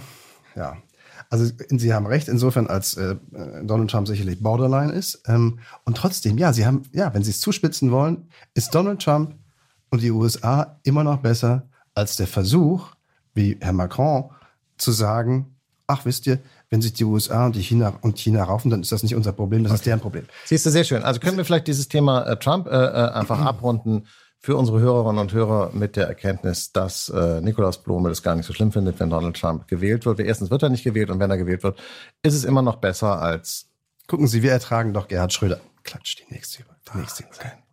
Also Sie haben recht, insofern, als Donald Trump sicherlich Borderline ist. Und trotzdem, wenn Sie es zuspitzen wollen, ist Donald Trump und die USA immer noch besser als der Versuch, wie Herr Macron, zu sagen, ach, wisst ihr, wenn sich die USA und China raufen, dann ist das nicht unser Problem, das ist deren Problem. Siehst du, sehr schön. Also können wir vielleicht dieses Thema Trump einfach abrunden für unsere Hörerinnen und Hörer mit der Erkenntnis, dass Nikolaus Blome das gar nicht so schlimm findet, wenn Donald Trump gewählt wird. Erstens wird er nicht gewählt, und wenn er gewählt wird, ist es immer noch besser als... Gucken Sie, wir ertragen doch Gerhard Schröder. Klatsch, die nächste. Wahnsinn.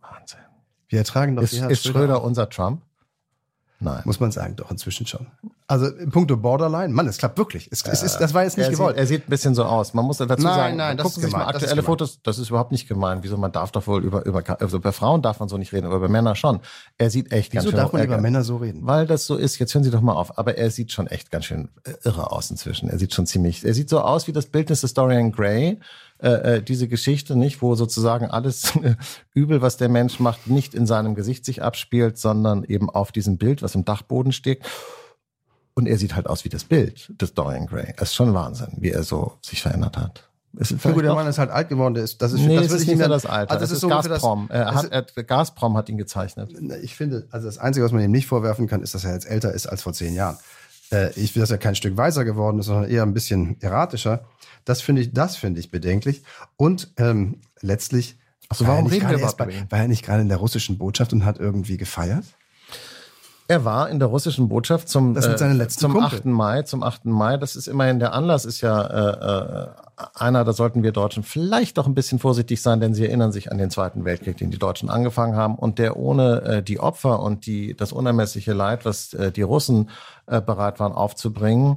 Wir ertragen doch Gerhard Schröder. Ist Schröder unser Trump? Nein. Muss man sagen, doch, inzwischen schon. Also in puncto Borderline, Mann, es klappt wirklich. Das war jetzt nicht gewollt. Er sieht ein bisschen so aus. Man muss dazu sagen, nein, das gucken Sie sich mal aktuelle Fotos, das ist überhaupt nicht gemein. Wieso, man darf doch wohl also bei Frauen darf man so nicht reden, aber bei Männern schon. Er sieht echt ganz schön... Wieso darf man über Männer so reden? Weil das so ist, jetzt hören Sie doch mal auf, aber er sieht schon echt ganz schön irre aus inzwischen. Er sieht so aus wie das Bildnis des Dorian Gray, diese Geschichte, nicht, wo sozusagen alles Übel, was der Mensch macht, nicht in seinem Gesicht sich abspielt, sondern eben auf diesem Bild, was im Dachboden steht. Und er sieht halt aus wie das Bild des Dorian Gray. Es ist schon Wahnsinn, wie er so sich verändert hat. Gut, der Mann ist halt alt geworden. Das ist nicht mehr das Alter. Also das ist Gazprom. Gazprom hat ihn gezeichnet. Ich finde, also das Einzige, was man ihm nicht vorwerfen kann, ist, dass er jetzt älter ist als vor 10 Jahren. Ich finde, dass er kein Stück weiser geworden ist, sondern eher ein bisschen erratischer. Das finde ich bedenklich. Und letztlich, warum reden wir überhaupt war er nicht gerade in der russischen Botschaft und hat irgendwie gefeiert? Er war in der russischen Botschaft zum 8. Mai. Das ist immerhin, der Anlass ist ja einer, da sollten wir Deutschen vielleicht doch ein bisschen vorsichtig sein, denn Sie erinnern sich an den Zweiten Weltkrieg, den die Deutschen angefangen haben und der ohne die Opfer und das unermessliche Leid, was die Russen bereit waren aufzubringen,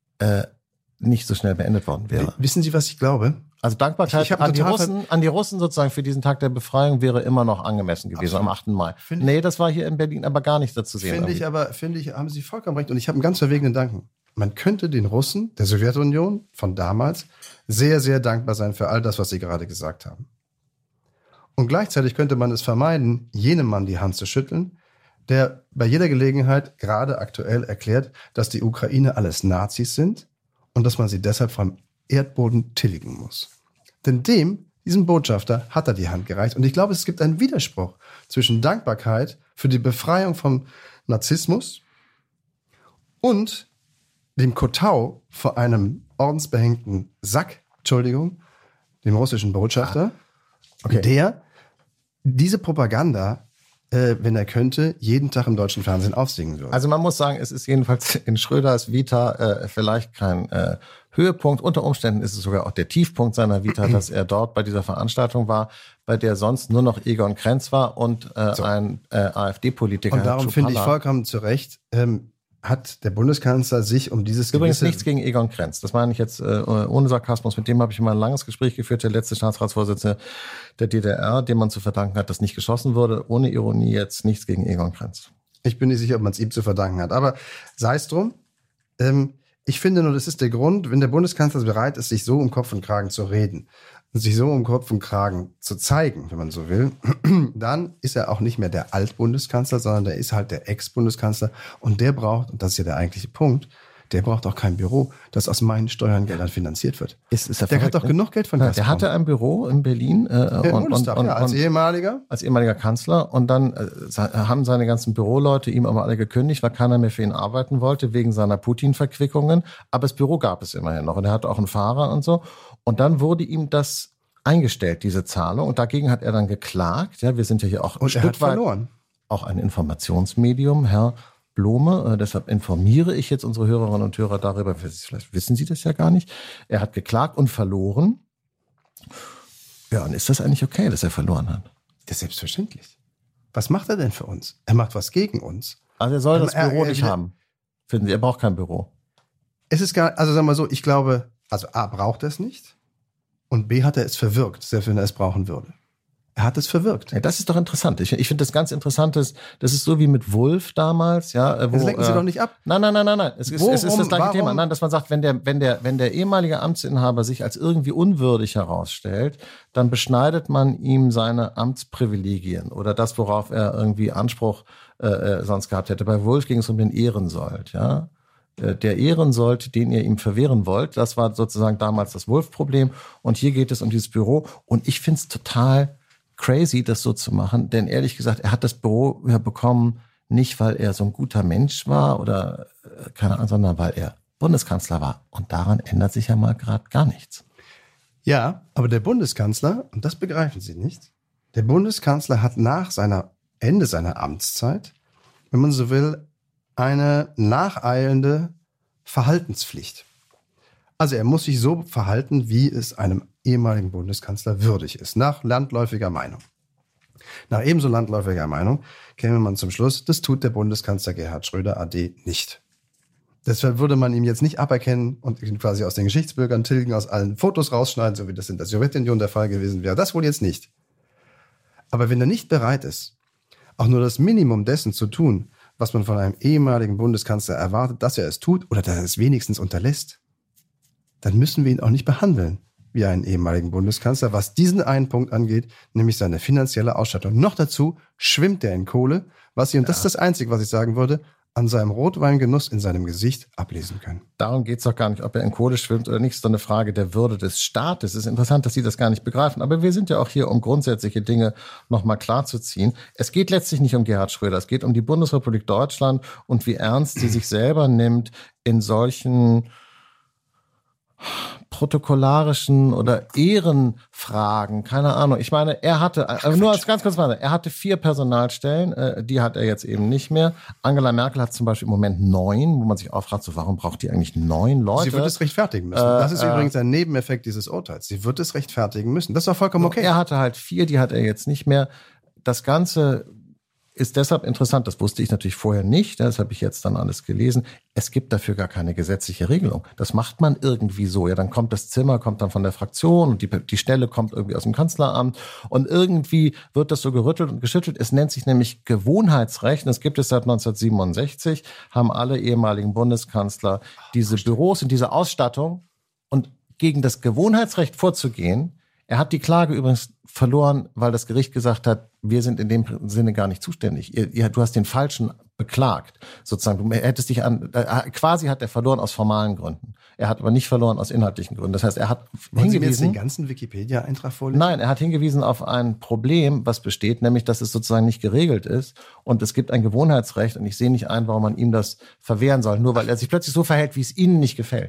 nicht so schnell beendet worden wäre. Wissen Sie, was ich glaube? Also Dankbarkeit an die Russen sozusagen für diesen Tag der Befreiung wäre immer noch angemessen gewesen. Absolut. Am 8. Mai. Nee, das war hier in Berlin aber gar nicht dazu sehen. Finde ich, haben Sie vollkommen recht. Und ich habe einen ganz verwegenen Gedanken. Man könnte den Russen, der Sowjetunion von damals, sehr, sehr dankbar sein für all das, was Sie gerade gesagt haben. Und gleichzeitig könnte man es vermeiden, jenem Mann die Hand zu schütteln, der bei jeder Gelegenheit gerade aktuell erklärt, dass die Ukraine alles Nazis sind und dass man sie deshalb vom Erdboden tilgen muss. Denn diesem Botschafter hat er die Hand gereicht. Und ich glaube, es gibt einen Widerspruch zwischen Dankbarkeit für die Befreiung vom Narzissmus und dem Kotau vor einem ordensbehängten Sack, dem russischen Botschafter, der diese Propaganda wenn er könnte, jeden Tag im deutschen Fernsehen aufsingen würde. Also man muss sagen, es ist jedenfalls in Schröders Vita vielleicht kein Höhepunkt. Unter Umständen ist es sogar auch der Tiefpunkt seiner Vita, dass er dort bei dieser Veranstaltung war, bei der sonst nur noch Egon Krenz war und ein AfD-Politiker. Und darum finde ich vollkommen zu Recht, hat der Bundeskanzler sich um dieses Übrigens nichts gegen Egon Krenz. Das meine ich jetzt ohne Sarkasmus. Mit dem habe ich mal ein langes Gespräch geführt, der letzte Staatsratsvorsitzende der DDR, dem man zu verdanken hat, dass nicht geschossen wurde. Ohne Ironie jetzt nichts gegen Egon Krenz. Ich bin nicht sicher, ob man es ihm zu verdanken hat. Aber sei es drum. Ich finde nur, das ist der Grund, wenn der Bundeskanzler bereit ist, sich so um Kopf und Kragen zu reden und sich so um Kopf und Kragen zu zeigen, wenn man so will, dann ist er auch nicht mehr der Altbundeskanzler, sondern der ist halt der Ex-Bundeskanzler. Und der braucht, und das ist ja der eigentliche Punkt, der braucht auch kein Büro, das aus meinen Steuergeldern finanziert wird. Ist der verrückt, hat doch genug Geld von Gazprom. Der hatte ein Büro in Berlin als ehemaliger Kanzler. Und dann haben seine ganzen Büroleute ihm aber alle gekündigt, weil keiner mehr für ihn arbeiten wollte, wegen seiner Putin-Verquickungen. Aber das Büro gab es immerhin noch. Und er hatte auch einen Fahrer und so. Und dann wurde ihm das eingestellt, diese Zahlung. Und dagegen hat er dann geklagt. Ja, wir sind ja hier auch ein Stück weit auch ein Informationsmedium, Herr Blome. Deshalb informiere ich jetzt unsere Hörerinnen und Hörer darüber. Vielleicht wissen Sie das ja gar nicht. Er hat geklagt und verloren. Ja, und ist das eigentlich okay, dass er verloren hat? Das ist selbstverständlich. Was macht er denn für uns? Er macht was gegen uns. Also er soll das Büro nicht haben. Finden Sie, er braucht kein Büro. Es ist gar, also sagen wir mal so, ich glaube, also A, braucht er es nicht und B, hat er es verwirkt, selbst wenn er es brauchen würde. Er hat es verwirkt. Ja, das ist doch interessant. Ich finde das ganz interessant, das ist so wie mit Wulff damals. Ja, das lenken Sie doch nicht ab. Nein. Es ist das gleiche Thema. Nein, dass man sagt, wenn der ehemalige Amtsinhaber sich als irgendwie unwürdig herausstellt, dann beschneidet man ihm seine Amtsprivilegien oder das, worauf er irgendwie Anspruch sonst gehabt hätte. Bei Wulff ging es um den Ehrensold, ja. Der Ehrensold, den ihr ihm verwehren wollt, das war sozusagen damals das Wulff-Problem. Und hier geht es um dieses Büro. Und ich finde es total crazy, das so zu machen. Denn ehrlich gesagt, er hat das Büro bekommen, nicht weil er so ein guter Mensch war oder keine Ahnung, sondern weil er Bundeskanzler war. Und daran ändert sich ja mal gerade gar nichts. Ja, aber der Bundeskanzler, und das begreifen Sie nicht, der Bundeskanzler hat nach Ende seiner Amtszeit, wenn man so will, eine nacheilende Verhaltenspflicht. Also er muss sich so verhalten, wie es einem ehemaligen Bundeskanzler würdig ist, nach landläufiger Meinung. Nach ebenso landläufiger Meinung käme man zum Schluss, das tut der Bundeskanzler Gerhard Schröder AD nicht. Deshalb würde man ihm jetzt nicht aberkennen und ihn quasi aus den Geschichtsbürgern tilgen, aus allen Fotos rausschneiden, so wie das in der Sowjetunion der Fall gewesen wäre. Das wohl jetzt nicht. Aber wenn er nicht bereit ist, auch nur das Minimum dessen zu tun, was man von einem ehemaligen Bundeskanzler erwartet, dass er es tut oder dass er es wenigstens unterlässt, dann müssen wir ihn auch nicht behandeln wie einen ehemaligen Bundeskanzler, was diesen einen Punkt angeht, nämlich seine finanzielle Ausstattung. Noch dazu schwimmt er in Kohle, was Sie, und das ist das Einzige, was ich sagen würde, an seinem Rotweingenuss in seinem Gesicht ablesen können. Darum geht es doch gar nicht, ob er in Kohle schwimmt oder nicht, sondern eine Frage der Würde des Staates. Es ist interessant, dass Sie das gar nicht begreifen, aber wir sind ja auch hier, um grundsätzliche Dinge nochmal klarzuziehen. Es geht letztlich nicht um Gerhard Schröder, es geht um die Bundesrepublik Deutschland und wie ernst sie sich selber nimmt in solchen protokollarischen oder Ehrenfragen, keine Ahnung. Ich meine, er hatte, nur als ganz kurz mal, er hatte 4 Personalstellen, die hat er jetzt eben nicht mehr. Angela Merkel hat zum Beispiel im Moment 9, wo man sich auch fragt, so, warum braucht die eigentlich 9 Leute? Sie wird es rechtfertigen müssen. Das ist übrigens ein Nebeneffekt dieses Urteils. Sie wird es rechtfertigen müssen. Das ist doch vollkommen okay. Er hatte halt 4, die hat er jetzt nicht mehr. Das Ganze ist deshalb interessant, das wusste ich natürlich vorher nicht, das habe ich jetzt dann alles gelesen. Es gibt dafür gar keine gesetzliche Regelung. Das macht man irgendwie so. Ja, dann kommt das Zimmer, kommt dann von der Fraktion und die Stelle kommt irgendwie aus dem Kanzleramt und irgendwie wird das so gerüttelt und geschüttelt. Es nennt sich nämlich Gewohnheitsrecht. Das gibt es seit 1967, haben alle ehemaligen Bundeskanzler diese Büros und diese Ausstattung. Und gegen das Gewohnheitsrecht vorzugehen, er hat die Klage übrigens verloren, weil das Gericht gesagt hat, wir sind in dem Sinne gar nicht zuständig. Du hast den Falschen beklagt. Sozusagen, du hättest dich quasi hat er verloren aus formalen Gründen. Er hat aber nicht verloren aus inhaltlichen Gründen. Das heißt, er hat hingewiesen. Sie mir jetzt den ganzen Wikipedia-Eintrag vorlesen? Nein, er hat hingewiesen auf ein Problem, was besteht, nämlich, dass es sozusagen nicht geregelt ist. Und es gibt ein Gewohnheitsrecht und ich sehe nicht ein, warum man ihm das verwehren soll, nur weil er sich plötzlich so verhält, wie es Ihnen nicht gefällt. So.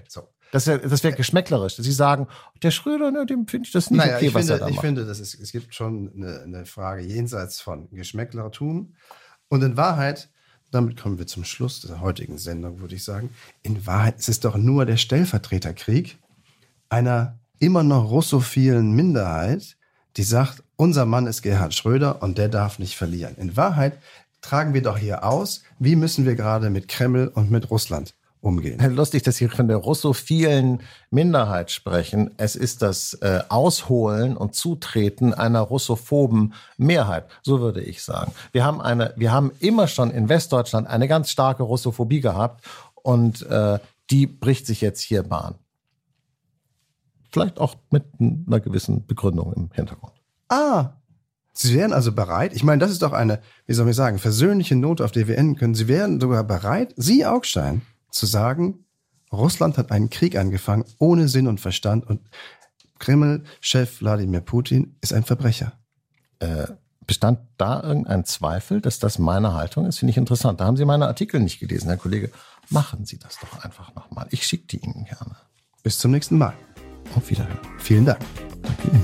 Das wäre geschmäcklerisch. Sie sagen, der Schröder, ne, dem finde ich das nicht okay, was er da macht. Ich finde, es gibt schon eine Frage jenseits von Geschmäcklertum. Und in Wahrheit, damit kommen wir zum Schluss der heutigen Sendung, würde ich sagen, in Wahrheit ist es doch nur der Stellvertreterkrieg einer immer noch russophilen Minderheit, die sagt, unser Mann ist Gerhard Schröder und der darf nicht verlieren. In Wahrheit tragen wir doch hier aus, wie müssen wir gerade mit Kreml und mit Russland umgehen. Lustig, dass Sie von der russophilen Minderheit sprechen. Es ist das Ausholen und Zutreten einer russophoben Mehrheit. So würde ich sagen. Wir haben immer schon in Westdeutschland eine ganz starke Russophobie gehabt und die bricht sich jetzt hier Bahn. Vielleicht auch mit einer gewissen Begründung im Hintergrund. Sie wären also bereit, ich meine, das ist doch eine, wie soll ich sagen, versöhnliche Note, auf die wir enden können. Sie wären sogar bereit, Sie, Augstein, zu sagen, Russland hat einen Krieg angefangen, ohne Sinn und Verstand und Kreml-Chef Wladimir Putin ist ein Verbrecher. Bestand da irgendein Zweifel, dass das meine Haltung ist? Finde ich interessant. Da haben Sie meine Artikel nicht gelesen, Herr Kollege. Machen Sie das doch einfach nochmal. Ich schicke die Ihnen gerne. Bis zum nächsten Mal. Auf Wiederhören. Vielen Dank. Danke Ihnen.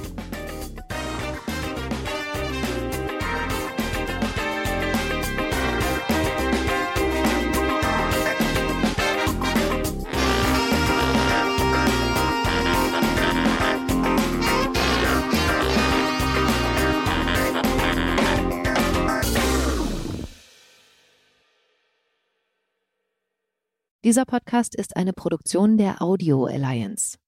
Dieser Podcast ist eine Produktion der Audio Alliance.